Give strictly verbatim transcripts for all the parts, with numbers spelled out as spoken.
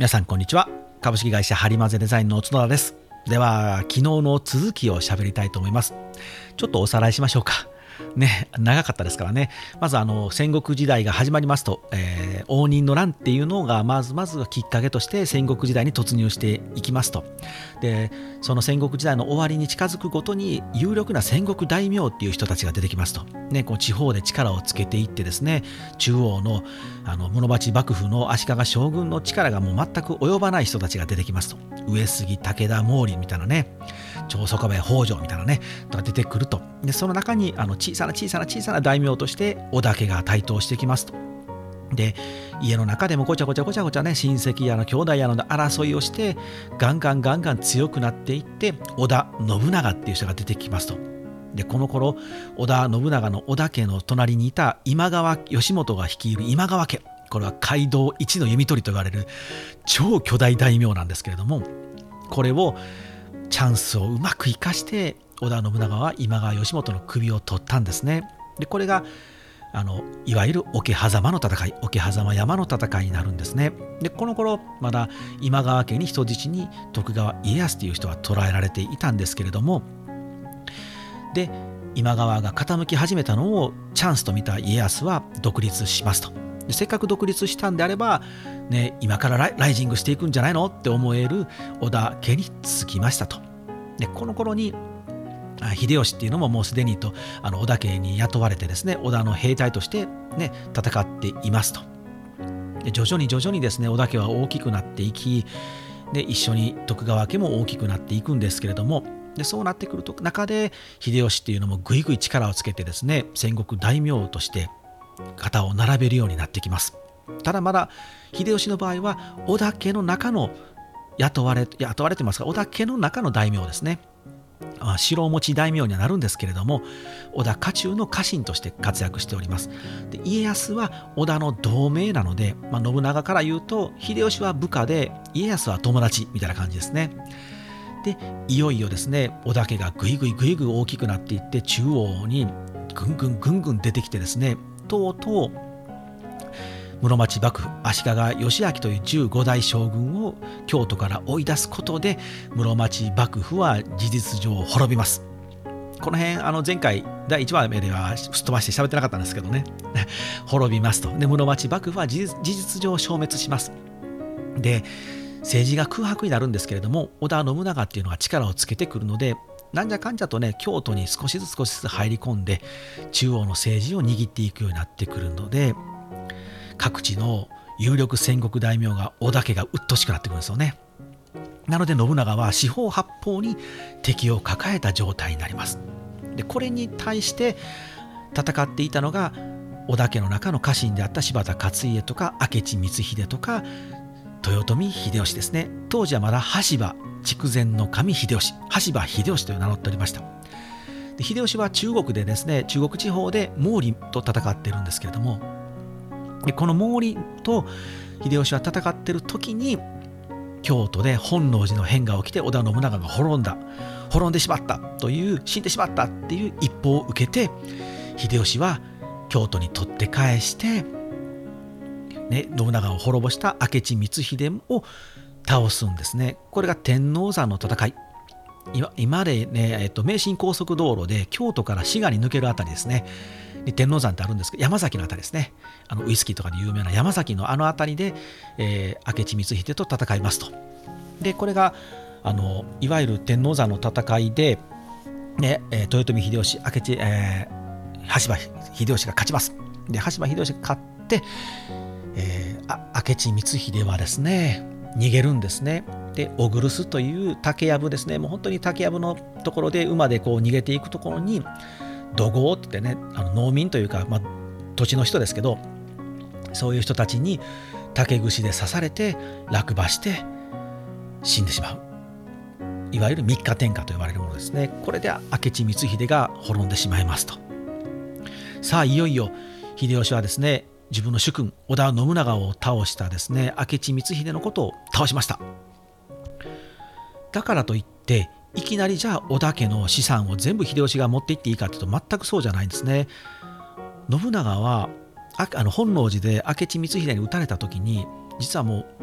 皆さんこんにちは。株式会社ハリマゼデザインの角田です。では昨日の続きを喋りたいと思います。ちょっとおさらいしましょうかね。長かったですからね。まずあの戦国時代が始まりますと、えー、応仁の乱っていうのがまずまずきっかけとして戦国時代に突入していきますと。でその戦国時代の終わりに近づくごとに有力な戦国大名っていう人たちが出てきますと、ね、こう地方で力をつけていってですね、中央のあの室町幕府の足利将軍の力がもう全く及ばない人たちが出てきますと。上杉武田毛利みたいなね、長宗我部北条みたいなねとか出てくると。でその中にあの小さな小さな小さな大名として織田家が台頭してきますと。で家の中でもごちゃごちゃごちゃごちゃね、親戚やの兄弟やので争いをしてガンガンガンガン強くなっていって、織田信長っていう人が出てきますと。でこの頃織田信長の織田家の隣にいた今川義元が率いる今川家、これは街道一の弓取りと言われる超巨大大名なんですけれども、これをチャンスをうまく生かして織田信長は今川義元の首を取ったんですね。でこれがあのいわゆる桶狭間の戦い、桶狭間山の戦いになるんですね。でこの頃まだ今川家に人質に徳川家康という人は捕らえられていたんですけれども、で今川が傾き始めたのをチャンスと見た家康は独立しますと。でせっかく独立したんであれば、ね、今からライライジングしていくんじゃないのって思える織田家につきましたと。でこの頃に秀吉っていうのももうすでにとあの織田家に雇われてですね、織田の兵隊として、ね、戦っていますと。で徐々に徐々にですね織田家は大きくなっていき、で一緒に徳川家も大きくなっていくんですけれども、でそうなってくると中で秀吉っていうのもぐいぐい力をつけてですね、戦国大名として肩を並べるようになってきます。ただまだ秀吉の場合は織田家の中の雇われ雇われてますが、織田家の中の大名ですね。城持ち大名にはなるんですけれども、織田家中の家臣として活躍しております。で家康は織田の同盟なので、まあ、信長から言うと秀吉は部下で家康は友達みたいな感じですね。でいよいよですね織田家がぐいぐいぐいぐい大きくなっていって、中央にぐんぐんぐんぐん出てきてですね、とうとう室町幕府足利義昭というじゅうご代将軍を京都から追い出すことで室町幕府は事実上滅びます。この辺あの前回だいいちわめではすっ飛ばして喋ってなかったんですけどね滅びますと。で室町幕府は事実、事実上消滅します。で政治が空白になるんですけれども、織田信長っていうのが力をつけてくるので、なんじゃかんじゃとね京都に少しずつ少しずつ入り込んで中央の政治を握っていくようになってくるので、各地の有力戦国大名が織田家が鬱陶しくなってくるんですよね。なので信長は四方八方に敵を抱えた状態になります。でこれに対して戦っていたのが織田家の中の家臣であった柴田勝家とか明智光秀とか豊臣秀吉ですね。当時はまだ羽柴筑前の神秀吉、羽柴秀吉という名乗っておりました。で秀吉は中国でですね、中国地方で毛利と戦っているんですけれども、でこの毛利と秀吉は戦っている時に京都で本能寺の変が起きて織田信長が滅んだ滅んでしまったという死んでしまったっていう一報を受けて、秀吉は京都に取って返して、ね、信長を滅ぼした明智光秀を倒すんですね。これが天王山の戦い。今、今でね、えっと、名神高速道路で京都から滋賀に抜けるあたりですね。で天王山ってあるんですけど、山崎のあたりですね。あのウイスキーとかで有名な山崎のあのあたりで、えー、明智光秀と戦いますと。でこれがあのいわゆる天王山の戦いで、ねえー、豊臣秀吉、明智、えー、羽柴秀吉が勝ちます。で羽柴秀吉が勝って、えー、あ明智光秀はですね逃げるんですね。で小黒須という竹やぶですね、もう本当に竹やぶのところで馬でこう逃げていくところに土豪ってね、あの農民というか、まあ、土地の人ですけど、そういう人たちに竹串で刺されて落馬して死んでしまう、いわゆる三日天下と呼ばれるものですね。これで明智光秀が滅んでしまいますと。さあいよいよ秀吉はですね、自分の主君織田信長を倒したですね明智光秀のことを倒しました。だからといっていきなりじゃあ織田家の資産を全部秀吉が持っていっていいかというと全くそうじゃないんですね。信長はああの本能寺で明智光秀に討たれた時に実はもう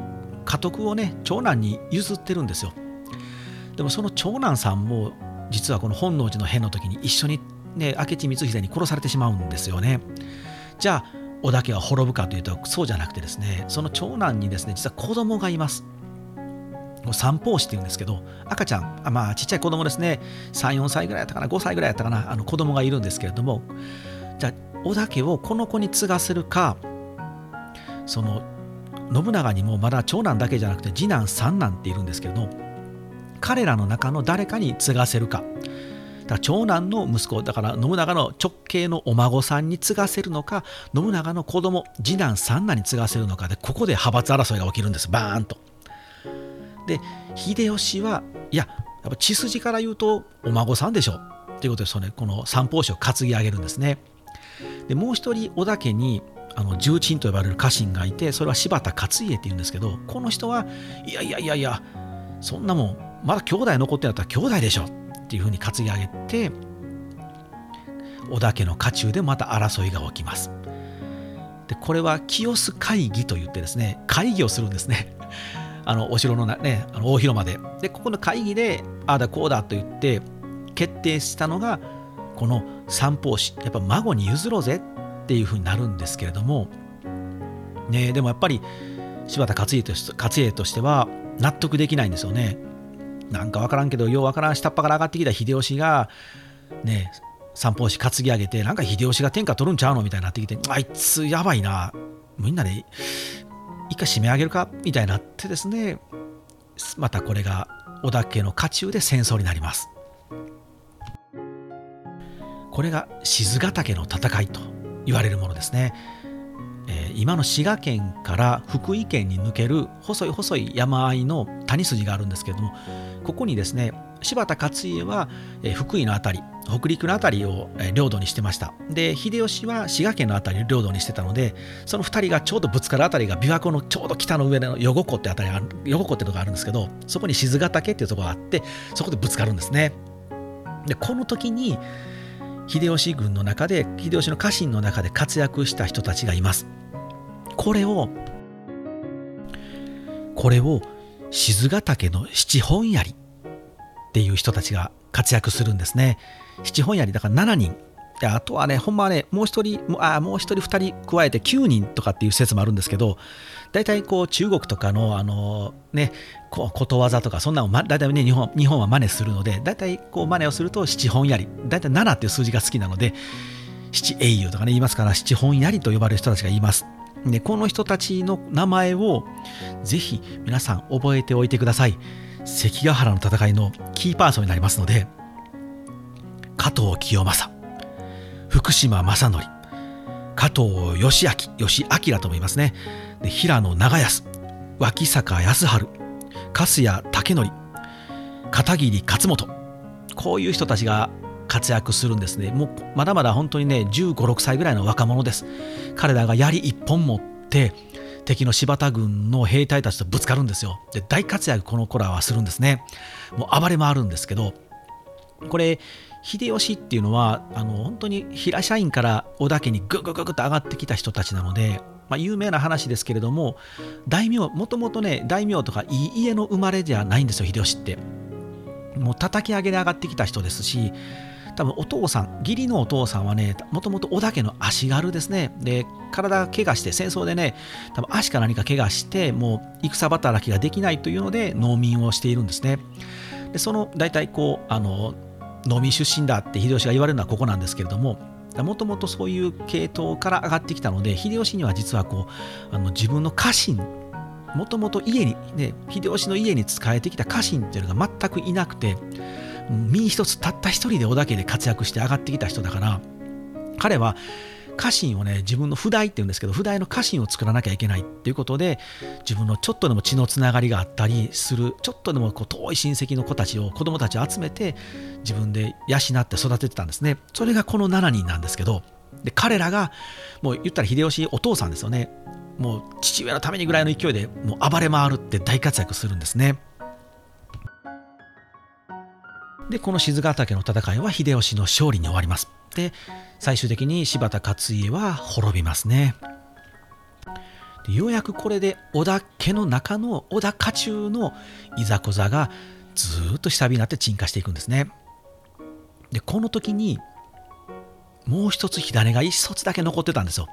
家督をね長男に譲ってるんですよ。でもその長男さんも実はこの本能寺の変の時に一緒にね明智光秀に殺されてしまうんですよね。じゃあ織田家は滅ぶかというとそうじゃなくてですね、その長男にですね実は子供がいます。三法師っていうんですけど、赤ちゃん、あまあちっちゃい子供ですね、さん、よんさいぐらいやったかな、ごさいぐらいやったかな、あの子供がいるんですけれども、じゃあ織田家をこの子に継がせるか、その信長にもまだ長男だけじゃなくて次男三男っているんですけれど、彼らの中の誰かに継がせるか、だから長男の息子だから信長の直系のお孫さんに継がせるのか、信長の子供次男三男に継がせるのかで、ここで派閥争いが起きるんです。バーンと。で秀吉はいややっぱ血筋から言うとお孫さんでしょということで、その、ね、この三法師を担ぎ上げるんですね。でもう一人織田家にあの重鎮と呼ばれる家臣がいて、それは柴田勝家っていうんですけど、この人はいやいやいやいやそんなもんまだ兄弟残ってんだったら兄弟でしょっていうふうに担ぎ上げて、織田家の家中でまた争いが起きます。でこれは清須会議といってですね、会議をするんですね。あのお城のね、あの大広間で。でここの会議でああだこうだと言って決定したのがこの三法師、やっぱ孫に譲ろうぜっていうふうになるんですけれども、ね、でもやっぱり柴田勝家として勝家としては納得できないんですよね。なんか分からんけどよう分からん下っ端から上がってきた秀吉がね三法師担ぎ上げて、なんか秀吉が天下取るんちゃうのみたいになってきて、あいつやばいな、みんなで一回締め上げるかみたいになってですね、またこれが織田家の家中で戦争になります。これが賤ヶ岳の戦いと言われるものですね。えー、今の滋賀県から福井県に抜ける細い細い山あいの谷筋があるんですけれども、ここにですね柴田勝家は、えー、福井のあたり北陸のあたりを、えー、領土にしてました。で秀吉は滋賀県のあたりを領土にしてたので、そのふたりがちょうどぶつかるあたりが琵琶湖のちょうど北の上の余呉湖ってあたり、余呉湖ってとこがあるんですけど、そこに賤ヶ岳っていうところがあって、そこでぶつかるんですね。でこの時に秀吉軍の中で秀吉の家臣の中で活躍した人たちがいます。これをこれを賤ヶ岳の七本槍っていう人たちが活躍するんですね。七本槍だからななにんで、あとはねほんまはねもう一人あもう一人二人加えてきゅうにんとかっていう説もあるんですけど、大体こう中国とかのあのねこことわざとかそんなのを大体ね日本日本は真似するので、大体こう真似をすると七本槍、大体ななっていう数字が好きなので七英雄とかね言いますから、七本槍と呼ばれる人たちがいます。でこの人たちの名前をぜひ皆さん覚えておいてください。関ヶ原の戦いのキーパーソンになりますので、加藤清正、福島正則、加藤義明、義明とも言いますね。で平野長康、脇坂康晴、粕谷武則、片桐勝元、こういう人たちが活躍するんですね。もうまだまだ本当にねじゅうご、ろくさいぐらいの若者です。彼らが槍一本持って敵の柴田軍の兵隊たちとぶつかるんですよ。で大活躍この子らはするんですね。もう暴れ回るんですけど、これ秀吉っていうのはあの本当に平社員から織田家にググググと上がってきた人たちなので、まあ、有名な話ですけれども、大名もともとね大名とかいい家の生まれじゃないんですよ秀吉って。もう叩き上げで上がってきた人ですし、多分お父さん義理のお父さんはねもともと織田家の足軽ですね。で体怪我して戦争でね多分足か何か怪我してもう戦働きができないというので農民をしているんですね。でその大体こうあの農民出身だって秀吉が言われるのはここなんですけれども、もともとそういう系統から上がってきたので、秀吉には実はこうあの自分の家臣、もともと家にね秀吉の家に仕えてきた家臣っていうのが全くいなくて、身一つたった一人で織田家で活躍して上がってきた人だから、彼は家臣をね自分の譜代っていうんですけど、譜代の家臣を作らなきゃいけないっていうことで、自分のちょっとでも血のつながりがあったりするちょっとでもこう遠い親戚の子たちを子供たちを集めて自分で養って育ててたんですね。それがこのしちにんなんですけど、で彼らがもう言ったら秀吉お父さんですよね。もう父親のためにぐらいの勢いでもう暴れ回るって大活躍するんですね。でこの賤ヶ岳の戦いは秀吉の勝利に終わります。で最終的に柴田勝家は滅びますね。ででようやくこれで織田家の中の織田家中のいざこざがずーっと下火になって鎮火していくんですね。でこの時にもう一つ火種が一つだけ残ってたんですよ。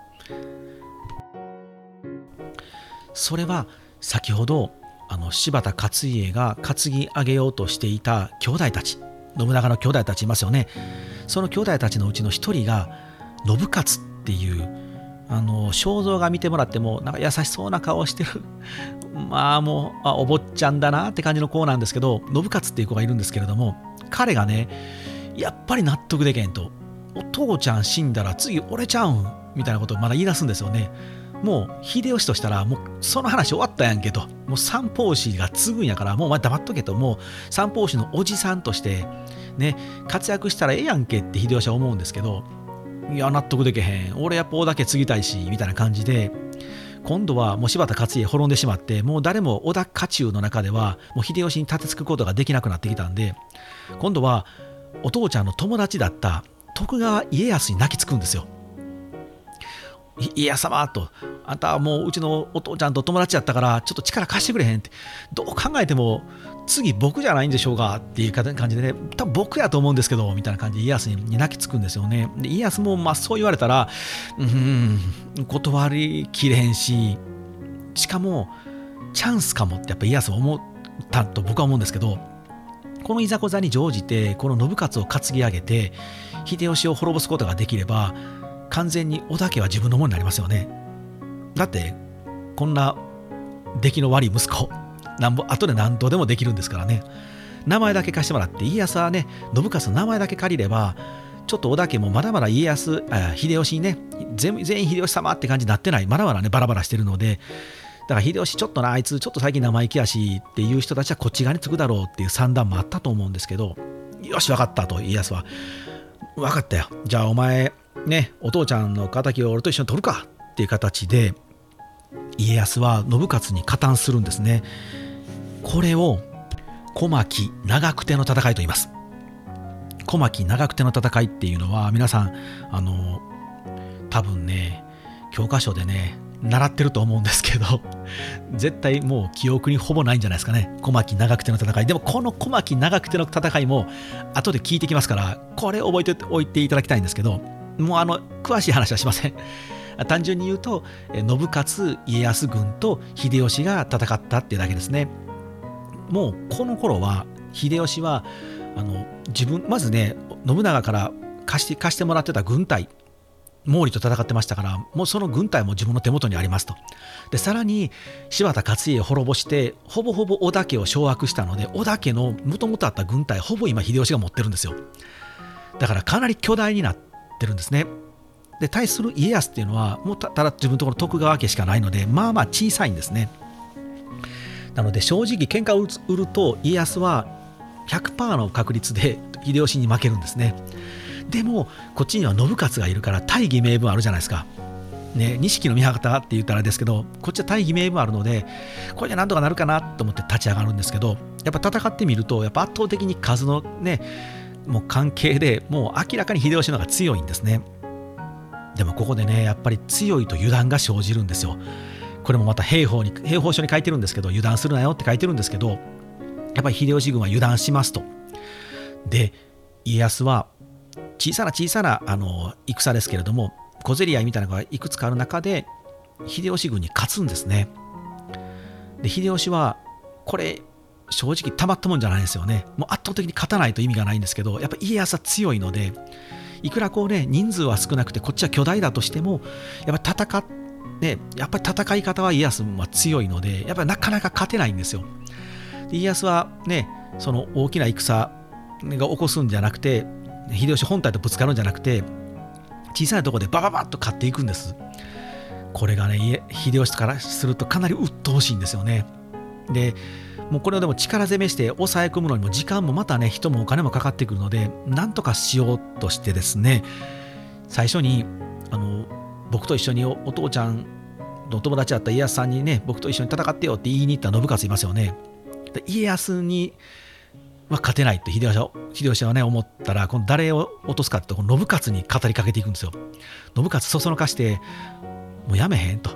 それは先ほどあの柴田勝家が担ぎ上げようとしていた兄弟たち、信長の兄弟たちいますよね。その兄弟たちのうちの一人が信勝っていうあの肖像が見てもらってもなんか優しそうな顔をしてるまあもうあお坊ちゃんだなって感じの子なんですけど、信勝っていう子がいるんですけれども、彼がねやっぱり納得できへんと、お父ちゃん死んだら次俺ちゃうんみたいなことをまだ言い出すんですよね。もう秀吉としたらもうその話終わったやんけと、もう三法師が継ぐんやからもうお前黙っとけと、もう三法師のおじさんとしてね活躍したらええやんけって秀吉は思うんですけど、いや納得できへん、俺やっぱ織田家継ぎたいしみたいな感じで、今度はもう柴田勝家滅んでしまって、もう誰も織田家中の中ではもう秀吉に立てつくことができなくなってきたんで、今度はお父ちゃんの友達だった徳川家康に泣きつくんですよ。家康様と、あんたはもううちのお父ちゃんと友達やったからちょっと力貸してくれへんって、どう考えても次僕じゃないんでしょうかっていう感じでね、多分僕やと思うんですけどみたいな感じで家康に泣きつくんですよね。で家康もまあそう言われたらうーん断りきれへんし、しかもチャンスかもってやっぱ家康は思ったと僕は思うんですけど、このいざこざに乗じてこの信勝を担ぎ上げて秀吉を滅ぼすことができれば完全に織田家は自分のものになりますよね。だってこんな出来の悪い息子なんぼ後で何度でもできるんですからね。名前だけ貸してもらって、家康はね信勝の名前だけ借りればちょっと織田家もまだまだ家康あ秀吉にね全全員秀吉様って感じになってない、まだまだねバラバラしてるので、だから秀吉ちょっとなあいつちょっと最近生意気やしっていう人たちはこっち側につくだろうっていう算段もあったと思うんですけど、よし分かったと家康は、分かったよ、じゃあお前ねお父ちゃんの敵を俺と一緒に取るかっていう形で家康は信勝に加担するんですね。これを小牧長久手の戦いと言います。小牧長久手の戦いっていうのは皆さんあの多分ね教科書でね習ってると思うんですけど、絶対もう記憶にほぼないんじゃないですかね、小牧長久手の戦い。でもこの小牧長久手の戦いも後で聞いてきますから、これ覚えておいていただきたいんですけど、もうあの詳しい話はしません。単純に言うと信勝家康軍と秀吉が戦ったっていうだけですね。もうこの頃は秀吉はあの自分まずね信長から貸して貸してもらってた軍隊毛利と戦ってましたから、もうその軍隊も自分の手元にありますと。でさらに柴田勝家を滅ぼしてほぼほぼ織田家を掌握したので、織田家のもともとあった軍隊ほぼ今秀吉が持ってるんですよ。だからかなり巨大になってるんですね。で対する家康っていうのはもう た, ただ自分のところ徳川家しかないので、まあまあ小さいんですね。なので正直喧嘩を売ると家康は ひゃくパーセント の確率で秀吉に負けるんですね。でもこっちには信勝がいるから大義名分あるじゃないですかね。錦の御旗って言ったらあれですけど、こっちは大義名分あるのでこれじゃなんとかなるかなと思って立ち上がるんですけど、やっぱ戦ってみるとやっぱ圧倒的に数のねもう関係でもう明らかに秀吉の方が強いんですね。でもここでねやっぱり強いと油断が生じるんですよ。これもまた兵法に兵法書に書いてるんですけど、油断するなよって書いてるんですけど、やっぱり秀吉軍は油断しますと。で家康は小さな小さなあの戦ですけれども小競り合いみたいなのがいくつかある中で秀吉軍に勝つんですね。で秀吉はこれ正直たまったもんじゃないですよね。もう圧倒的に勝たないと意味がないんですけど、やっぱり家康は強いので、いくらこうね人数は少なくてこっちは巨大だとしてもやっぱり戦っねやっぱり戦い方は家康は強いので、やっぱりなかなか勝てないんですよ。で家康はねその大きな戦が起こすんじゃなくて、秀吉本体とぶつかるんじゃなくて小さなところでバババッと勝っていくんです。これがね秀吉からするとかなり鬱陶しいんですよね。でもうこれをでも力攻めして抑え込むのにも時間もまたね人もお金もかかってくるので、なんとかしようとしてですね、最初にあの僕と一緒に お, お父ちゃんの友達だった家康さんにね僕と一緒に戦ってよって言いに行った信勝いますよね。で家康には勝てないって秀吉は秀吉はね思ったら、この誰を落とすかってこの信勝に語りかけていくんですよ。信勝そそのかしてもうやめへんと、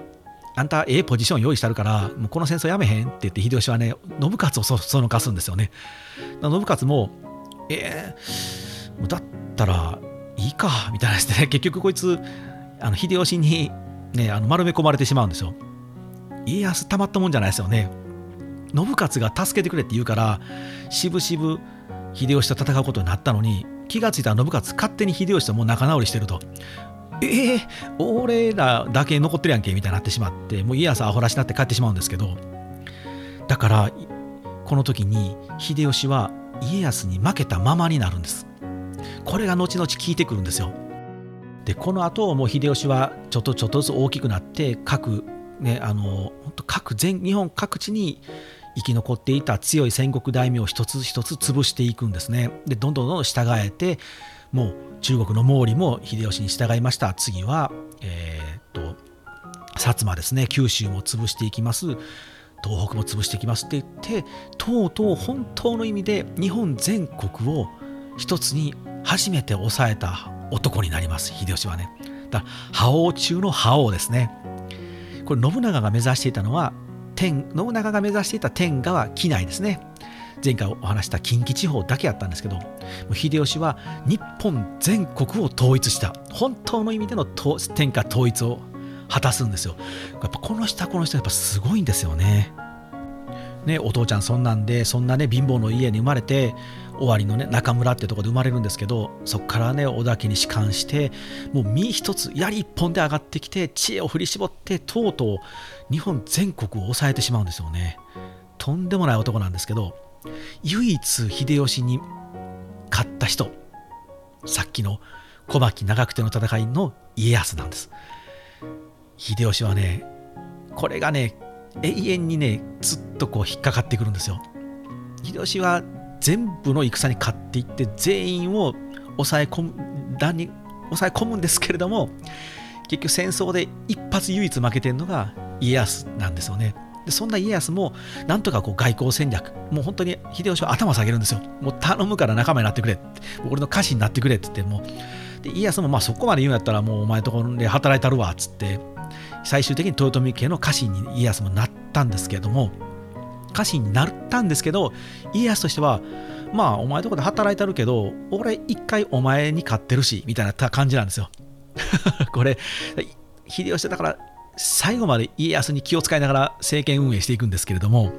あんたええポジション用意してあるからもうこの戦争やめへんって言って秀吉はね信雄をそそのかすんですよね。信雄もえー、だったらいいかみたいなですね、結局こいつあの秀吉に、ね、あの丸め込まれてしまうんですよ。家康たまったもんじゃないですよね。信雄が助けてくれって言うからしぶしぶ秀吉と戦うことになったのに、気がついたら信雄勝手に秀吉ともう仲直りしてると、えー、俺らだけ残ってるやんけみたいになってしまって、もう家康アホらしになって帰ってしまうんですけど、だからこの時に秀吉は家康に負けたままになるんです。これが後々効いてくるんですよ。でこの後もう秀吉はちょっとちょっとずつ大きくなって各ねあの本当各全日本各地に生き残っていた強い戦国大名を一つ一つ潰していくんですね。でどんどんどんどん従えて、もう中国の毛利も秀吉に従いました。次は、えー、っと薩摩ですね、九州も潰していきます、東北も潰していきますって言って、とうとう本当の意味で日本全国を一つに初めて抑えた男になります、秀吉はね。だから覇王中の覇王ですね。これ信長が目指していたのは天信長が目指していた天下は畿内ですね。前回お話した近畿地方だけやったんですけど、秀吉は日本全国を統一した本当の意味での天下統一を果たすんですよ。やっぱこの人この人やっぱすごいんですよね。ね、お父ちゃんそんなんでそんなね貧乏の家に生まれて、尾張のね中村ってところで生まれるんですけど、そこからね織田家に仕官して、もう身一つ槍一本で上がってきて知恵を振り絞って、とうとう日本全国を抑えてしまうんですよね。とんでもない男なんですけど、唯一秀吉に勝った人、さっきの小牧長久手の戦いの家康なんです。秀吉はねこれがね永遠にねずっとこう引っかかってくるんですよ。秀吉は全部の戦に勝っていって全員を抑え込む乱に抑え込むんですけれども、結局戦争で一発唯一負けてるのが家康なんですよね。でそんな家康もなんとかこう外交戦略、もう本当に秀吉は頭下げるんですよ。もう頼むから仲間になってくれって、俺の家臣になってくれって言って、もうで家康もまあそこまで言うんやったらもうお前のところで働いたるわっつって、最終的に豊臣家の家臣に家康もなったんですけれども、家臣になったんですけど、家康としてはまあお前のところで働いたるけど俺一回お前に勝ってるしみたいな感じなんですよこれ秀吉だから最後まで家康に気を使いながら政権運営していくんですけれども、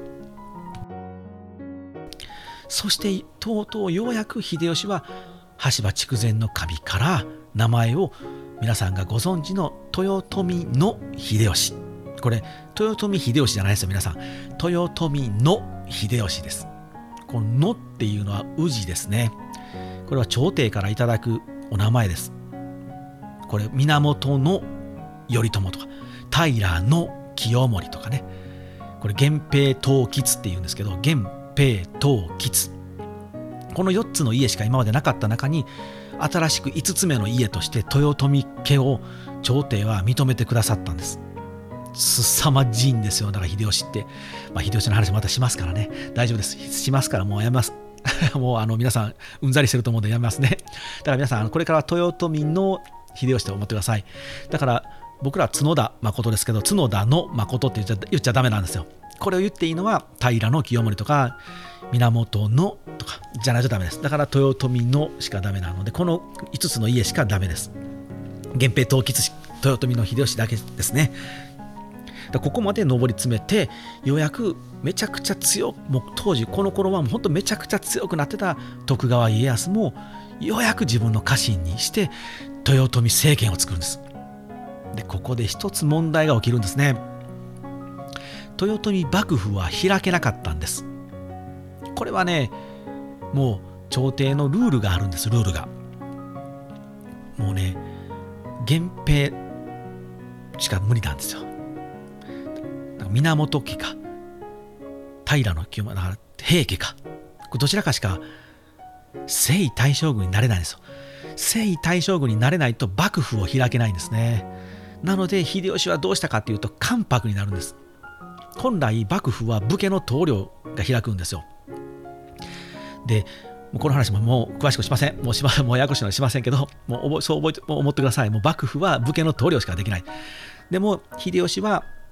そしてとうとうようやく秀吉は羽柴筑前の神から名前を皆さんがご存知の豊臣の秀吉、これ豊臣秀吉じゃないですよ皆さん、豊臣の秀吉です。こののっていうのは氏ですね。これは朝廷からいただくお名前です。これ源の頼朝とか平の清盛とかね、これ源平東吉っていうんですけど、源平東吉、このよっつの家しか今までなかった中に新しくいつつめの家として豊臣家を朝廷は認めてくださったんです。すさまじいんですよ。だから秀吉って、まあ、秀吉の話またしますからね、大丈夫です、しますからもうやめますもうあの皆さんうんざりしてると思うんでやめますね。だから皆さんあのこれからは豊臣の秀吉と思ってください。だから僕らは角田誠ですけど、角田の誠って言っちゃ言っちゃダメなんですよ。これを言っていいのは平の清盛とか源のとかじゃないとダメです。だから豊臣のしかダメなので、このいつつの家しかダメです。源平東吉豊臣の秀吉だけですね。だここまで上り詰めて、ようやくめちゃくちゃ強く、もう当時この頃はもう本当めちゃくちゃ強くなってた徳川家康もようやく自分の家臣にして豊臣政権を作るんです。でここで一つ問題が起きるんですね。豊臣幕府は開けなかったんです。これはねもう朝廷のルールがあるんです。ルールがもうね源平しか無理なんですよ。源家か平清盛だから平家か、どちらかしか征夷大将軍になれないんですよ。征夷大将軍になれないと幕府を開けないんですね。なので秀吉はどうしたかというと関白になるんです。本来幕府は武家の棟梁が開くんですよ。でこの話ももう詳しくしません。もうしまもうややこしいのしませんけど、もう覚えそう覚えてもう思ってください。もう幕府は武家の棟梁しかできない。でも秀吉は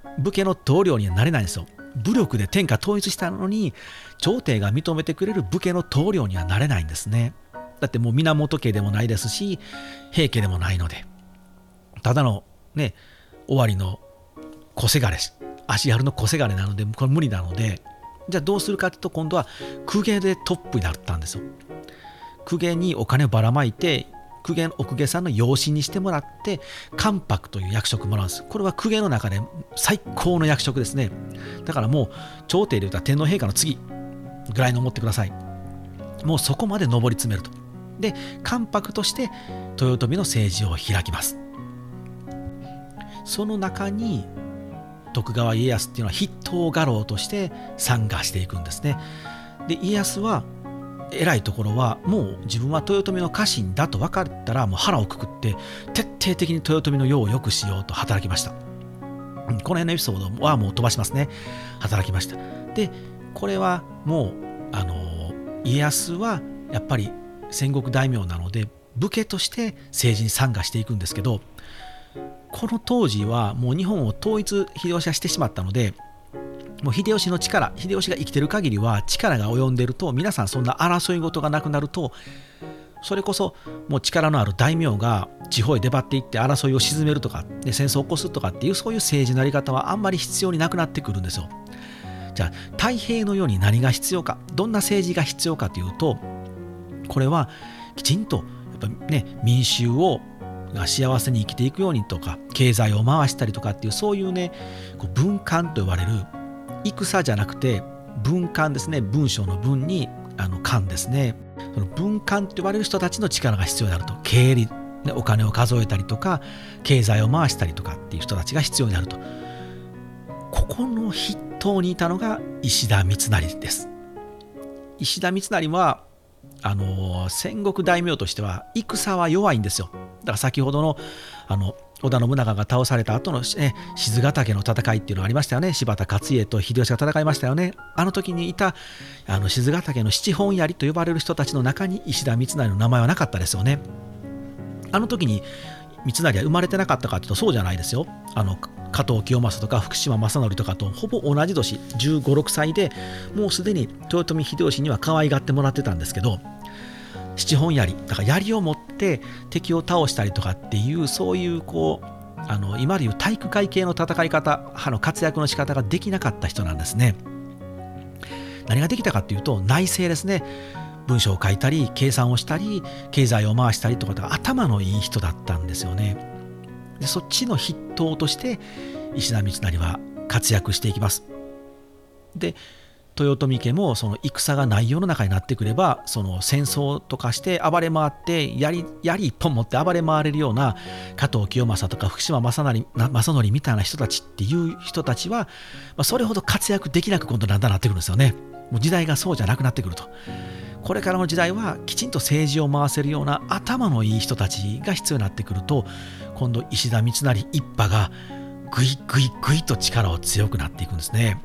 武家の棟梁にはなれないんですよ。武力で天下統一したのに朝廷が認めてくれる武家の棟梁にはなれないんですね。だってもう源家でもないですし平家でもないので、ただのね尾張の小せがれ、足軽の小せがれなのでこれ無理なので、じゃあどうするかというと今度は公家でトップになったんですよ。公家にお金をばらまいて公家のお公家さんの養子にしてもらって関白という役職もらうんです。これは公家の中で最高の役職ですね。だからもう朝廷で言ったら天皇陛下の次ぐらいの思ってください。もうそこまで上り詰めると。で関白として豊臣の政治を開きます。その中に徳川家康っていうのは筆頭家老として参加していくんですね。で家康は偉いところはもう自分は豊臣の家臣だと分かったらもう腹をくくって徹底的に豊臣の世を良くしようと働きました。この辺のエピソードはもう飛ばしますね。働きました。でこれはもうあの家康はやっぱり戦国大名なので武家として政治に参加していくんですけど、この当時はもう日本を統一秀吉はしてしまったので、もう秀吉の力、秀吉が生きてる限りは力が及んでると皆さんそんな争い事がなくなると、それこそもう力のある大名が地方へ出張っていって争いを鎮めるとかで戦争を起こすとかっていうそういう政治のやり方はあんまり必要になくなってくるんですよ。じゃあ太平の世に何が必要か、どんな政治が必要かというと、これはきちんとやっぱね民衆をが幸せに生きていくようにとか経済を回したりとかっていうそういうねこう文官と呼ばれる戦じゃなくて文官ですね。文章の文にあの官ですね。その文官と呼ばれる人たちの力が必要になると、経理、ね、お金を数えたりとか経済を回したりとかっていう人たちが必要になると。ここの筆頭にいたのが石田三成です。石田三成はあの戦国大名としては戦は弱いんですよ。だから先ほどのあの織田信長が倒された後の、ね、賤ヶ岳の戦いっていうのがありましたよね。柴田勝家と秀吉が戦いましたよね。あの時にいたあの賤ヶ岳の七本槍と呼ばれる人たちの中に石田三成の名前はなかったですよね。あの時に三成は生まれてなかったかというとそうじゃないですよ。あの加藤清正とか福島正則とかとほぼ同じ年じゅうご、ろくさいでもうすでに豊臣秀吉には可愛がってもらってたんですけど、七本槍だから槍を持って敵を倒したりとかっていうそういうこうあの今でいう体育会系の戦い方、あの活躍の仕方ができなかった人なんですね。何ができたかっていうと内政ですね。文章を書いたり計算をしたり経済を回したりとか頭のいい人だったんですよね。でそっちの筆頭として石田三成は活躍していきます。で豊臣家もその戦がない世の中になってくればその戦争とかして暴れ回って槍槍一本持って暴れ回れるような加藤清正とか福島正則正則みたいな人たちっていう人たちは、まあ、それほど活躍できなく今度だんだんなってくるんですよね。もう時代がそうじゃなくなってくると。これからの時代はきちんと政治を回せるような頭のいい人たちが必要になってくると、今度石田三成一派がぐいぐいぐいと力を強くなっていくんですね。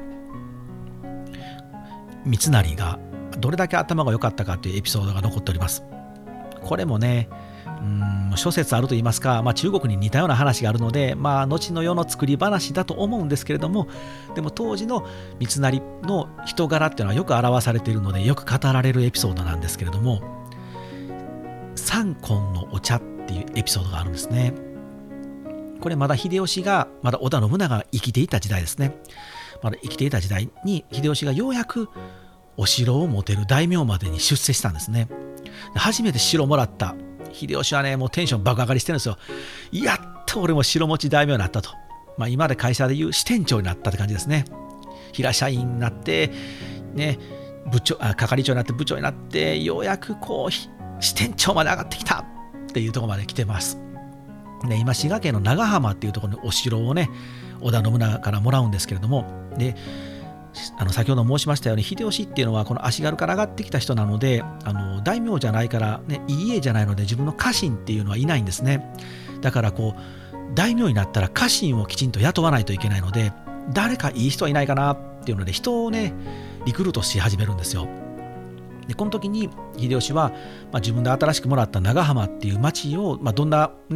三成がどれだけ頭が良かったかというエピソードが残っております。これもねうーん諸説あると言いますか、まあ、中国に似たような話があるので、まあ、後の世の作り話だと思うんですけれども、でも当時の三成の人柄っていうのはよく表されているのでよく語られるエピソードなんですけれども、三献のお茶っていうエピソードがあるんですね。これまだ秀吉がまだ織田信長が生きていた時代ですね。まだ生きていた時代に秀吉がようやくお城を持てる大名までに出世したんですね。初めて城をもらった秀吉はねもうテンション爆上がりしてるんですよ。やっと俺も城持ち大名になったと、まあ、今まで会社でいう支店長になったって感じですね。平社員になってね部長あ係長になって部長になってようやくこう支店長まで上がってきたっていうところまで来てます。で今滋賀県の長浜っていうところにお城をね織田信長からもらうんですけれども、であの先ほど申しましたように秀吉っていうのはこの足軽から上がってきた人なので、あの大名じゃないから、ね、いい家じゃないので自分の家臣っていうのはいないんですね。だからこう大名になったら家臣をきちんと雇わないといけないので、誰かいい人はいないかなっていうので人をねリクルートし始めるんですよ。でこの時に秀吉は、まあ、自分で新しくもらった長浜っていう町を、まあ、どんなね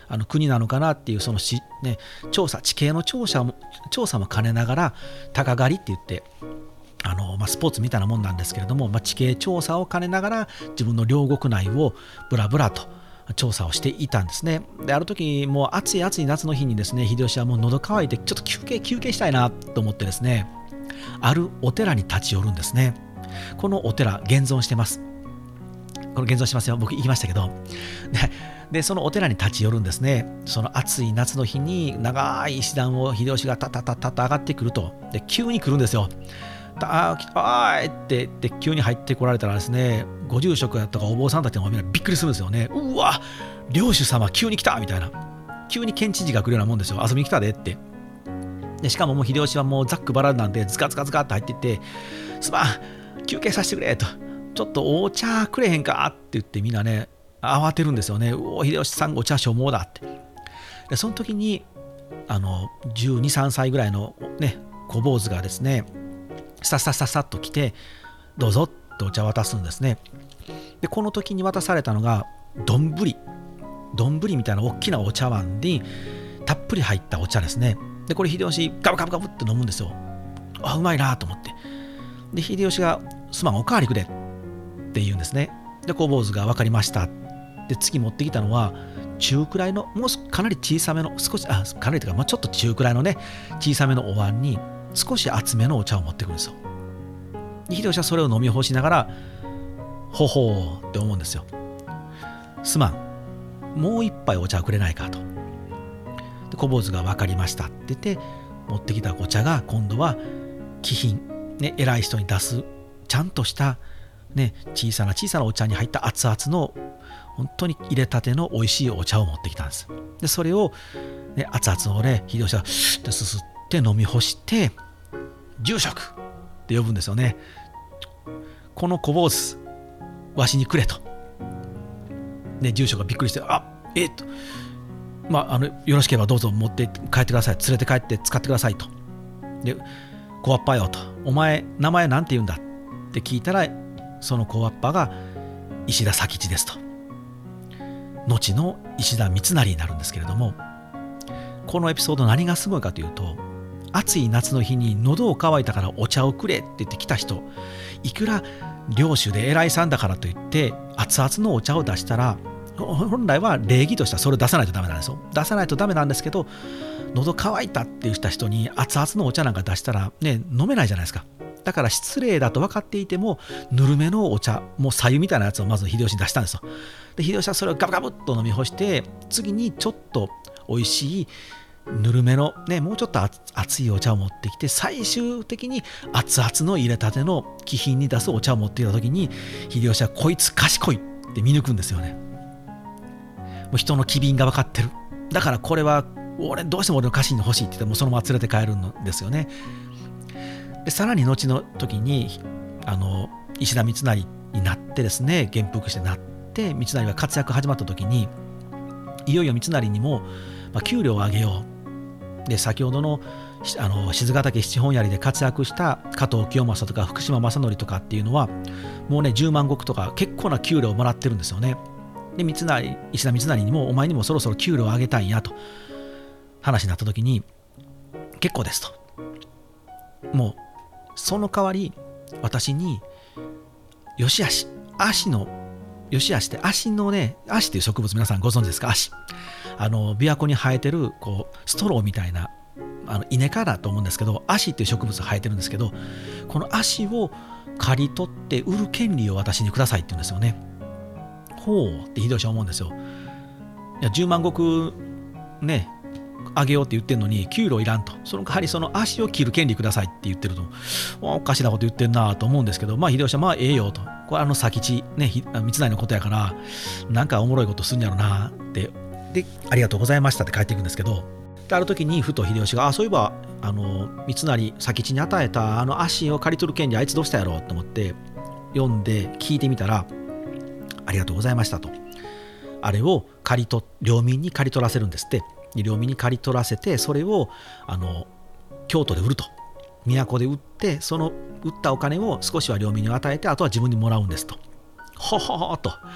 あの国なのかなっていうそのし、ね、調査地形の調査も調査も兼ねながら、鷹狩りって言ってあの、まあ、スポーツみたいなもんなんですけれども、まあ、地形調査を兼ねながら自分の領国内をブラブラと調査をしていたんですね。である時もう暑い暑い夏の日にですね、秀吉はもう喉乾いてちょっと休憩休憩したいなと思ってですね、あるお寺に立ち寄るんですね。このお寺現存してます。これ現存してますよ。僕行きましたけどで, でそのお寺に立ち寄るんですね。その暑い夏の日に長い石段を秀吉がタタタタタ上がってくると、で急に来るんですよ。あーいって言って急に入ってこられたらですね、ご住職とかお坊さんたちもみんなびっくりするんですよね。うわ領主様急に来たみたいな、急に県知事が来るようなもんですよ。遊びに来たでって。でしかももう秀吉はもうざっくばらんなんでズカズカズカって入っていって、すまん休憩させてくれと、ちょっとお茶くれへんかって言ってみんなね慌てるんですよね。うお秀吉さんお茶所望だって。でその時にあのじゅうに、さんさいぐらいのね小坊主がですねスタスタスタスタっと来て、どうぞってお茶を渡すんですね。でこの時に渡されたのが丼丼みたいな大きなお茶碗にたっぷり入ったお茶ですね。でこれ秀吉ガブガブガブって飲むんですよ。あうまいなと思って、で秀吉がすまんおかわりくれって言うんですね。で小坊主が分かりました。で次持ってきたのは中くらいのもうかなり小さめの少しあかなりというか、まあ、ちょっと中くらいのね小さめのお椀に少し厚めのお茶を持ってくるんですよ。で秀吉はそれを飲み干しながらほほーって思うんですよ。すまんもう一杯お茶をくれないかと。で小坊主が分かりましたって言って持ってきたお茶が今度は貴賓、ね、偉い人に出すちゃんとした、ね、小さな小さなお茶に入った熱々の本当に入れたての美味しいお茶を持ってきたんです。でそれを、ね、熱々をね秀吉はシュッてすすって飲み干して住職って呼ぶんですよね。この小坊主わしにくれと。で住職がびっくりしてあえっとまあ、あのよろしければどうぞ持って帰ってください、連れて帰って使ってくださいと。で小わっぱよと、お前名前なんて言うんだって聞いたら、その小わっぱが石田佐吉ですと。後の石田三成になるんですけれども、このエピソード何がすごいかというと、暑い夏の日に喉を渇いたからお茶をくれって言ってきた人、いくら領主で偉いさんだからといって熱々のお茶を出したら、本来は礼儀としてはそれを出さないとダメなんですよ。出さないとダメなんですけど、喉乾いたって言った人に熱々のお茶なんか出したらね飲めないじゃないですか。だから失礼だと分かっていてもぬるめのお茶、もう白湯みたいなやつをまず秀吉に出したんですよ。で秀吉はそれをガブガブっと飲み干して、次にちょっと美味しいぬるめのねもうちょっと熱いお茶を持ってきて、最終的に熱々の入れたての貴賓に出すお茶を持ってきた時に、秀吉はこいつ賢いって見抜くんですよね。もう人の機敏が分かってる。だからこれは俺どうしても俺の家臣に欲しいって言ってもそのまま連れて帰るんですよね。でさらに後の時にあの石田三成になってですね、元服してなって三成が活躍始まった時に、いよいよ三成にも、まあ、給料を上げよう。で先ほどのあの静ヶ岳七本槍で活躍した加藤清正とか福島正則とかっていうのはもうねじゅうまん石とか結構な給料をもらってるんですよね。で三成石田三成にもお前にもそろそろ給料を上げたいんやと話になった時に、結構ですと、もうその代わり私によしあし足のよしあしって足のね足っていう植物皆さんご存知ですか。足あの琵琶湖に生えてるこうストローみたいなあのイネ科だと思うんですけど、足っていう植物が生えてるんですけど、この足を刈り取って売る権利を私にくださいって言うんですよね。ほうって秀吉は思うんですよ。いやじゅうまん石ねあげようって言ってるのに給料いらんと、その代わりその足を切る権利くださいって言ってると、おかしなこと言ってんなと思うんですけど、まあ秀吉はまあええよと、これあの佐吉ね三成のことやからなんかおもろいことするんやろなって、でありがとうございましたって帰っていくんですけど、である時にふと秀吉があそういえばあの三成佐吉に与えたあの足を刈り取る権利あいつどうしたやろうと思って読んで聞いてみたら、ありがとうございましたと、あれを刈り取領民に刈り取らせるんですって。領民に刈り取らせて、それをあの京都で売ると、都で売って、その売ったお金を少しは領民に与えて、あとは自分にもらうんですと。ほほほと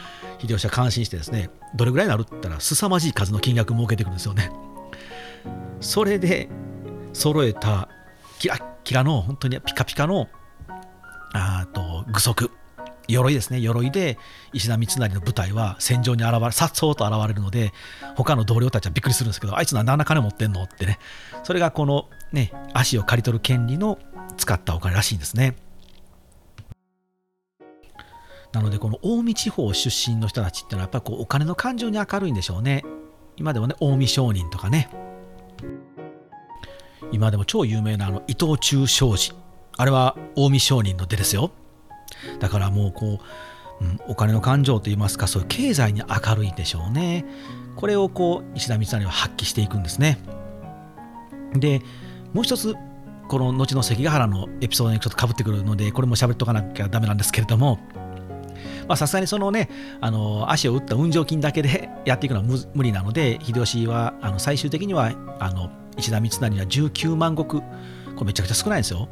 秀吉は感心してですね、どれぐらいになるって言ったら凄まじい数の金額を設けてくるんですよね。それで揃えたキラッキラの本当にピカピカのあと具足鎧ですね。鎧で石田三成の部隊は戦場に現れさっそうと現れるので、他の同僚たちはびっくりするんですけど、あいつなんであんな金持ってんのってね。それがこのね、足を刈り取る権利の使ったお金らしいんですね。なのでこの近江地方出身の人たちっていうのはやっぱりこうお金の感情に明るいんでしょうね。今でもね、近江商人とかね、今でも超有名なあの伊藤忠商事、あれは近江商人の出ですよ。だからもうこう、うん、お金の感情といいますか、そういう経済に明るいでしょうね。これをこう石田三成は発揮していくんですね。でもう一つ、この後の関ヶ原のエピソードにちょっとかぶってくるので、これも喋っとかなきゃダメなんですけれども、さすがにそのね、あの足を打った運上金だけでやっていくのは 無, 無理なので、秀吉はあの最終的にはあの石田三成にはじゅうきゅうまん石、これめちゃくちゃ少ないんですよ。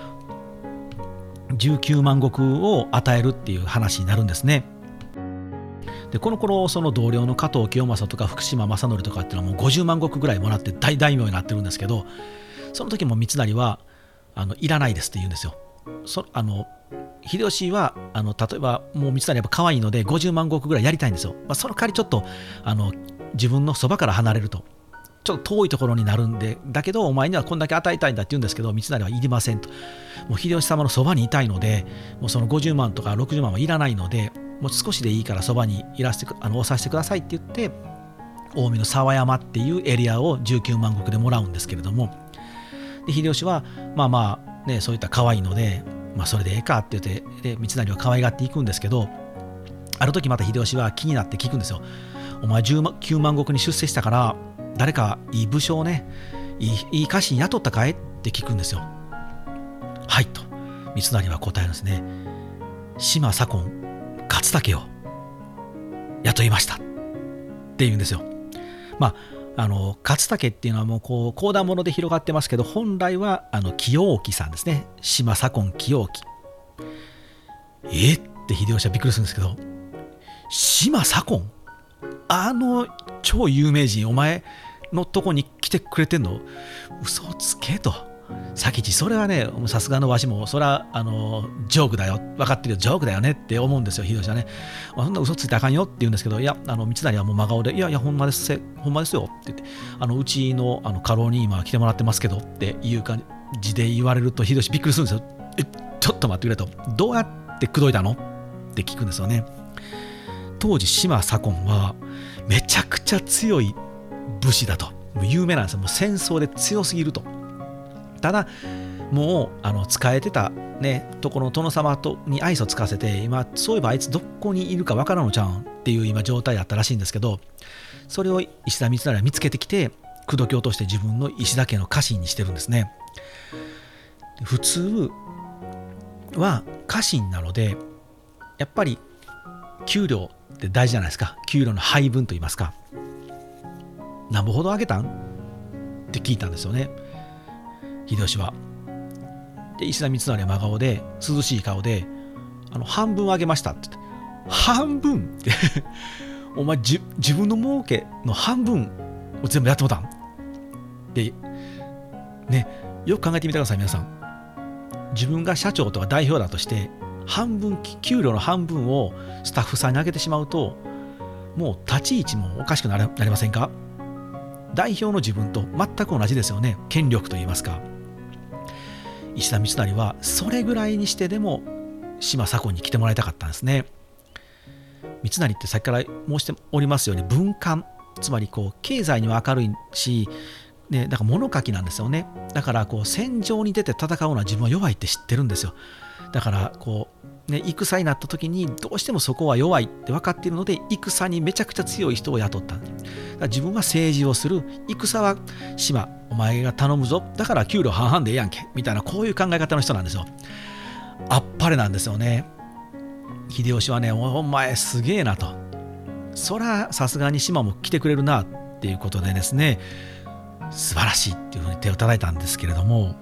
じゅうきゅうまん石を与えるっていう話になるんですね。でこの頃その同僚の加藤清正とか福島正則とかっていうのはもうごじゅうまん石ぐらいもらって大大名になってるんですけど、その時も三成はあのいらないですって言うんですよ。そあの秀吉はあの例えばもう三成やっぱ可愛いのでごじゅうまん石ぐらいやりたいんですよ。まあ、その代わりちょっとあの自分のそばから離れるとちょっと遠いところになるんで、だけどお前にはこんだけ与えたいんだって言うんですけど、三成はいりませんと。もう秀吉様のそばにいたいので、もうそのごじゅうまんとかろくじゅうまんはいらないので、もう少しでいいからそばにいらせてあのおさせてくださいって言って、近江の沢山っていうエリアをじゅうきゅうまん石でもらうんですけれども、で秀吉はまあまあね、そういった可愛いので、まあ、それでええかって言って、で三成は可愛がっていくんですけど、ある時また秀吉は気になって聞くんですよ。お前じゅうきゅうまん石に出世したから誰かいい武将ね、いい、いい家臣雇ったかいって聞くんですよ。はいと三成は答えるんですね。島左近勝武を雇いましたって言うんですよ。まああの勝武っていうのはもうこう講談物で広がってますけど、本来はあの清興さんですね。島左近清興。えって秀吉はびっくりするんですけど、島左近、あの超有名人お前のとこに来てくれてんの？嘘つけと。佐吉、それはね、さすがのわしもそれはあのジョークだよ、分かってるよ、ジョークだよねって思うんですよ。秀吉はね、そんな嘘ついたらあかんよって言うんですけど、いやあの三成はもう真顔で、いやいやほんまですほんまですよって言って、あのうちのあの家老に今来てもらってますけどっていう感じで言われると秀吉びっくりするんですよ。えちょっと待ってくれと、どうやって口説いたのって聞くんですよね。当時島左近はめちゃくちゃ強い武士だと、もう有名なんですよ。もう戦争で強すぎると。ただもうあの使えてた、ね、ところの殿様とに愛想つかせて、今そういえばあいつどこにいるかわからんのちゃうんっていう今状態だったらしいんですけど、それを石田三成は見つけてきて口説き落として自分の石田家の家臣にしてるんですね。普通は家臣なのでやっぱり給料って大事じゃないですか。給料の配分といいますか、何ぼほどあげたんって聞いたんですよね、秀吉は。で石田三成は真顔で涼しい顔で、あの半分あげましたって言って、半分ってお前じ自分の儲けの半分を全部やってもたんでね。よく考えてみてください皆さん。自分が社長とか代表だとして半分、給料の半分をスタッフさんにあげてしまうと、もう立ち位置もおかしくなりませんか？代表の自分と全く同じですよね。権力といいますか。石田三成はそれぐらいにしてでも島左近に来てもらいたかったんですね。三成ってさっきから申しておりますように文官、つまりこう経済には明るいし、ね、だから物書きなんですよね。だからこう戦場に出て戦うのは自分は弱いって知ってるんですよ。だからこう、ね、戦になった時にどうしてもそこは弱いって分かっているので、戦にめちゃくちゃ強い人を雇った。だから自分は政治をする、戦は島お前が頼むぞ、だから給料半々でええやんけみたいな、こういう考え方の人なんですよ。あっぱれなんですよね。秀吉はね、お前すげえなと、そらさすがに島も来てくれるなっていうことでですね、素晴らしいっていうふうに手を叩いたんですけれども、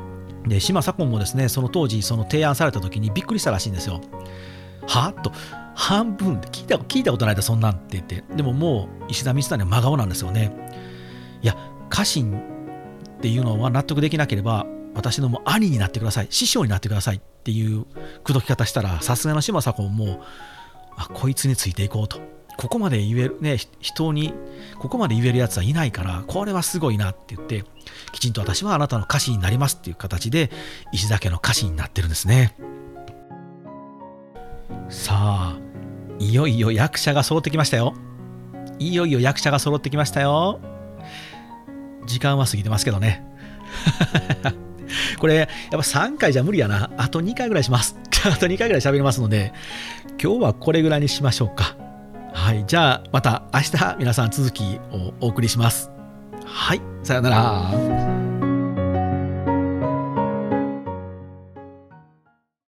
で島左近もですね、その当時その提案された時にびっくりしたらしいんですよ。はと半分で聞いた聞いたことないだそんなんって言って、でももう石田三成は真顔なんですよね。いや家臣っていうのは納得できなければ私のもう兄になってください、師匠になってくださいっていう口説き方したら、さすがの島佐子もあこいつについていこうと、ここまで言えるね、人にここまで言えるやつはいないからこれはすごいなって言って、きちんと私はあなたの家臣になりますっていう形で石田家の家臣になってるんですね。さあいよいよ役者が揃ってきましたよ。いよいよ役者が揃ってきましたよ。時間は過ぎてますけどねこれやっぱさんかいじゃ無理やな。あとにかいぐらいしますあとにかいぐらい喋りますので、今日はこれぐらいにしましょうか。はい、じゃあまた明日皆さん続きをお送りします。はい、さよなら。